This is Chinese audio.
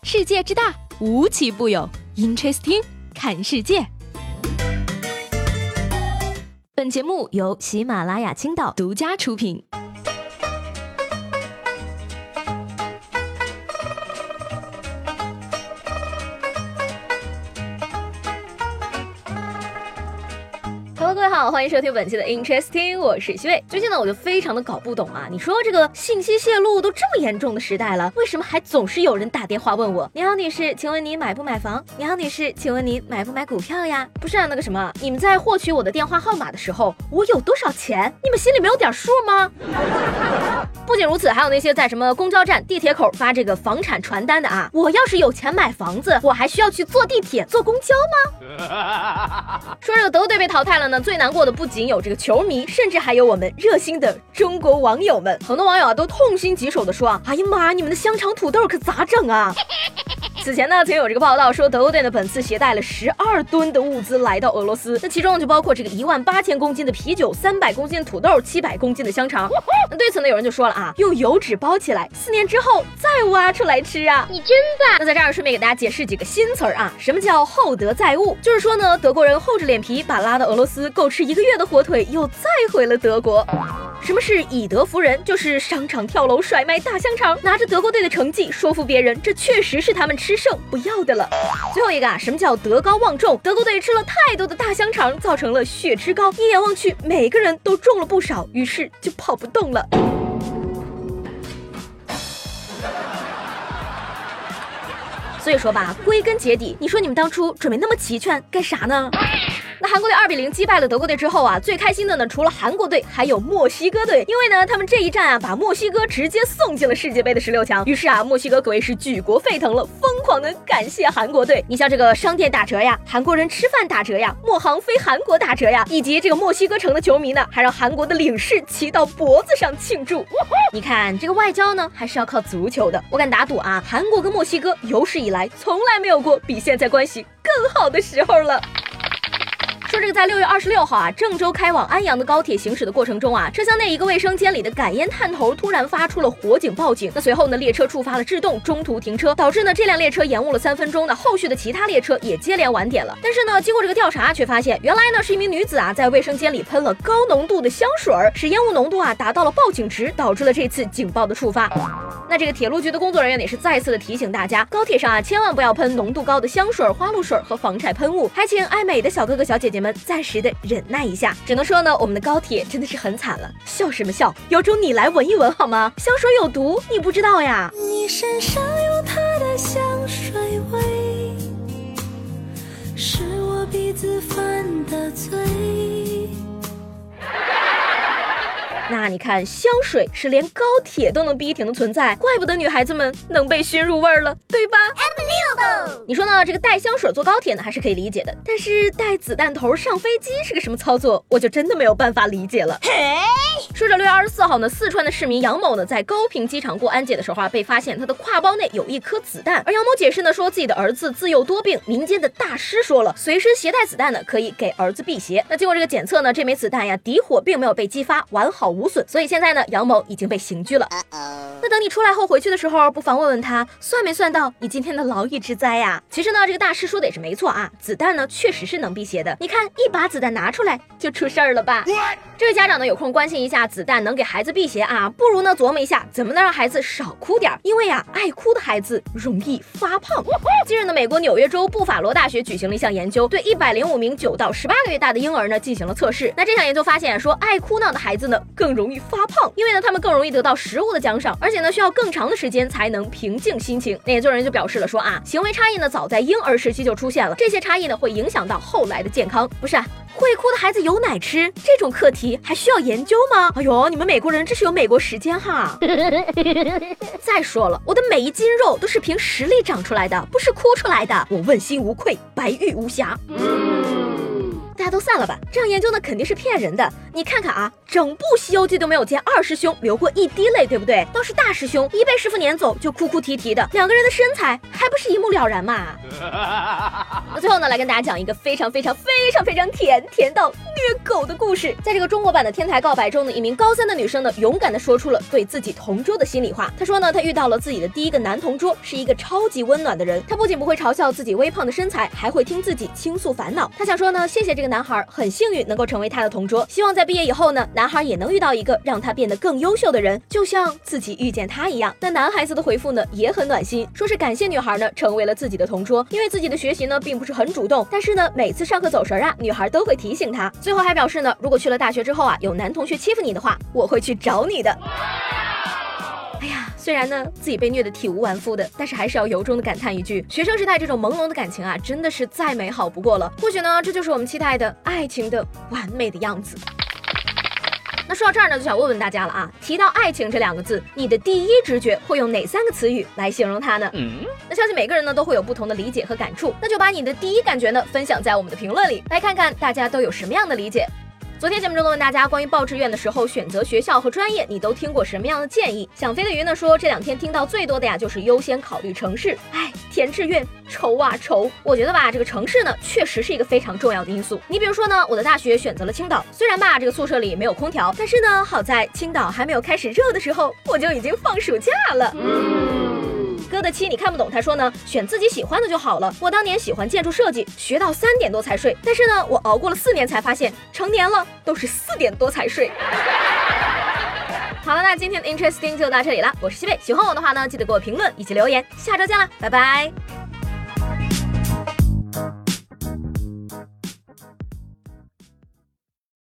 世界之大，无奇不有。Interesting， 看世界。本节目由喜马拉雅青岛独家出品。各位好，欢迎收听本期的 Interesting， 我是西魏。最近呢，我就非常的搞不懂啊，你说这个信息泄露都这么严重的时代了，为什么还总是有人打电话问我，你好女士，请问你买不买房？你好女士，请问你买不买股票呀？不是啊，那个什么，你们在获取我的电话号码的时候，我有多少钱？你们心里没有点数吗？不仅如此，还有那些在什么公交站、地铁口发这个房产传单的啊，我要是有钱买房子，我还需要去坐地铁、坐公交吗？说这个德国队被淘汰了呢，最难过的不仅有这个球迷，甚至还有我们热心的中国网友们。很多网友啊都痛心疾首的说啊，哎呀妈，你们的香肠土豆可咋整啊？此前呢，曾有这个报道说，德国队呢本次携带了12吨的物资来到俄罗斯，那其中就包括这个18000公斤的啤酒、300公斤的土豆、700公斤的香肠。那对此呢，有人就说了啊，用油纸包起来，4年之后再挖出来吃啊！你真棒！那在这儿顺便给大家解释几个新词儿啊，什么叫厚德载物？就是说呢，德国人厚着脸皮把拉到俄罗斯够吃1个月的火腿又载回了德国。什么是以德服人？就是商场跳楼甩卖大香肠，拿着德国队的成绩说服别人，这确实是他们吃剩不要的了。最后一个啊，什么叫德高望重？德国队吃了太多的大香肠，造成了血脂高，一眼望去每个人都重了不少，于是就跑不动了。所以说吧，归根结底，你说你们当初准备那么齐全干啥呢？那韩国队2比0击败了德国队之后啊，最开心的呢，除了韩国队，还有墨西哥队，因为呢，他们这一战啊，把墨西哥直接送进了世界杯的16强。于是啊，墨西哥可谓是举国沸腾了，疯狂的感谢韩国队。你像这个商店打折呀，韩国人吃饭打折呀，墨航飞韩国打折呀，以及这个墨西哥城的球迷呢，还让韩国的领事骑到脖子上庆祝。你看这个外交呢，还是要靠足球的。我敢打赌啊，韩国跟墨西哥有史以来从来没有过比现在关系更好的时候了。说这个在6月26号啊，郑州开往安阳的高铁行驶的过程中啊，车厢内一个卫生间里的感烟探头突然发出了火警报警。那随后呢，列车触发了制动，中途停车，导致呢这辆列车延误了3分钟呢，后续的其他列车也接连晚点了。但是呢，经过这个调查，却发现原来呢是一名女子啊，在卫生间里喷了高浓度的香水，使烟雾浓度啊达到了报警值，导致了这次警报的触发。那这个铁路局的工作人员也是再次的提醒大家，高铁上啊千万不要喷浓度高的香水、花露水和防晒喷雾，还请爱美的小哥哥小姐姐们暂时的忍耐一下。只能说呢，我们的高铁真的是很惨了，笑什么笑？有种你来闻一闻好吗？香水有毒，你不知道呀？ 你身上有它的香水味，是我鼻子犯的罪。 那你看，香水是连高铁都能逼停的存在，怪不得女孩子们能被熏入味儿了，对吧？你说呢？这个带香水坐高铁呢，还是可以理解的，但是带子弹头上飞机是个什么操作，我就真的没有办法理解了。说着6月24号呢，四川的市民杨某呢，在高平机场过安检的时候啊，被发现他的挎包内有1颗子弹，而杨某解释呢，说自己的儿子自幼多病，民间的大师说了，随身携带子弹呢，可以给儿子辟邪。那经过这个检测呢，这枚子弹呀，底火并没有被激发，完好无损，所以现在呢，杨某已经被刑拘了。那等你出来后回去的时候，不妨问问他，算没算到你今天的牢狱之灾呀？其实呢，这个大师说的也是没错啊，子弹呢确实是能辟邪的。你看，一把子弹拿出来就出事儿了吧？这位家长呢有空关心一下子弹能给孩子辟邪啊，不如呢琢磨一下怎么能让孩子少哭点，因为啊，爱哭的孩子容易发胖。近日呢，美国纽约州布法罗大学举行了一项研究，对105名9到18个月大的婴儿呢进行了测试。那这项研究发现说，爱哭闹的孩子呢更容易发胖，因为呢他们更容易得到食物的奖赏，而且呢需要更长的时间才能平静心情。那研究人员就表示了说啊，行为差异呢早在婴儿时期就出现了，这些差异呢会影响到后来的健康。不是啊，会哭的孩子有奶吃，这种课题还需要研究吗？哎呦，你们美国人这是有美国时间哈。再说了，我的每一斤肉都是凭实力长出来的，不是哭出来的，我问心无愧，白玉无瑕。 大家都散了吧，这样研究呢肯定是骗人的。你看看啊，整部《西游记》都没有见二师兄流过一滴泪，对不对？倒是大师兄一被师傅撵走就哭哭啼啼的，两个人的身材还不是一目了然嘛。那最后呢，来跟大家讲一个非常甜到虐狗的故事。在这个中国版的《天台告白》中呢，一名高3的女生呢，勇敢的说出了对自己同桌的心里话。她说呢，她遇到了自己的第一个男同桌，是一个超级温暖的人。他不仅不会嘲笑自己微胖的身材，还会听自己倾诉烦恼。她想说呢，谢谢这个男孩，很幸运能够成为他的同桌，希望在毕业以后呢，男孩也能遇到一个让他变得更优秀的人，就像自己遇见他一样。那男孩子的回复呢，也很暖心，说是感谢女孩呢成为了自己的同桌，因为自己的学习呢并不是很主动，但是呢每次上课走神啊，女孩都会提醒他。最后还表示呢，如果去了大学之后啊，有男同学欺负你的话，我会去找你的。哎呀，虽然呢自己被虐得体无完肤的，但是还是要由衷的感叹一句，学生时代这种朦胧的感情啊，真的是再美好不过了。或许呢，这就是我们期待的爱情的完美的样子。那说到这儿呢，就想问问大家了啊，提到爱情这两个字，你的第一直觉会用哪3个词语来形容它呢？那相信每个人呢都会有不同的理解和感触，那就把你的第一感觉呢分享在我们的评论里，来看看大家都有什么样的理解。昨天节目中呢问大家关于报志愿的时候选择学校和专业，你都听过什么样的建议？想飞的鱼呢说这2天听到最多的呀就是优先考虑城市。哎，填志愿愁啊愁。我觉得吧，这个城市呢确实是一个非常重要的因素。你比如说呢，我的大学选择了青岛，虽然吧这个宿舍里没有空调，但是呢好在青岛还没有开始热的时候，我就已经放暑假了。哥的妻你看不懂，他说呢，选自己喜欢的就好了。我当年喜欢建筑设计，学到3点多才睡，但是呢，我熬过了4年才发现，成年了都是4点多才睡。好了，那今天的 Interesting 就到这里了，我是西贝，喜欢我的话呢，记得给我评论以及留言，下周见啦，拜拜。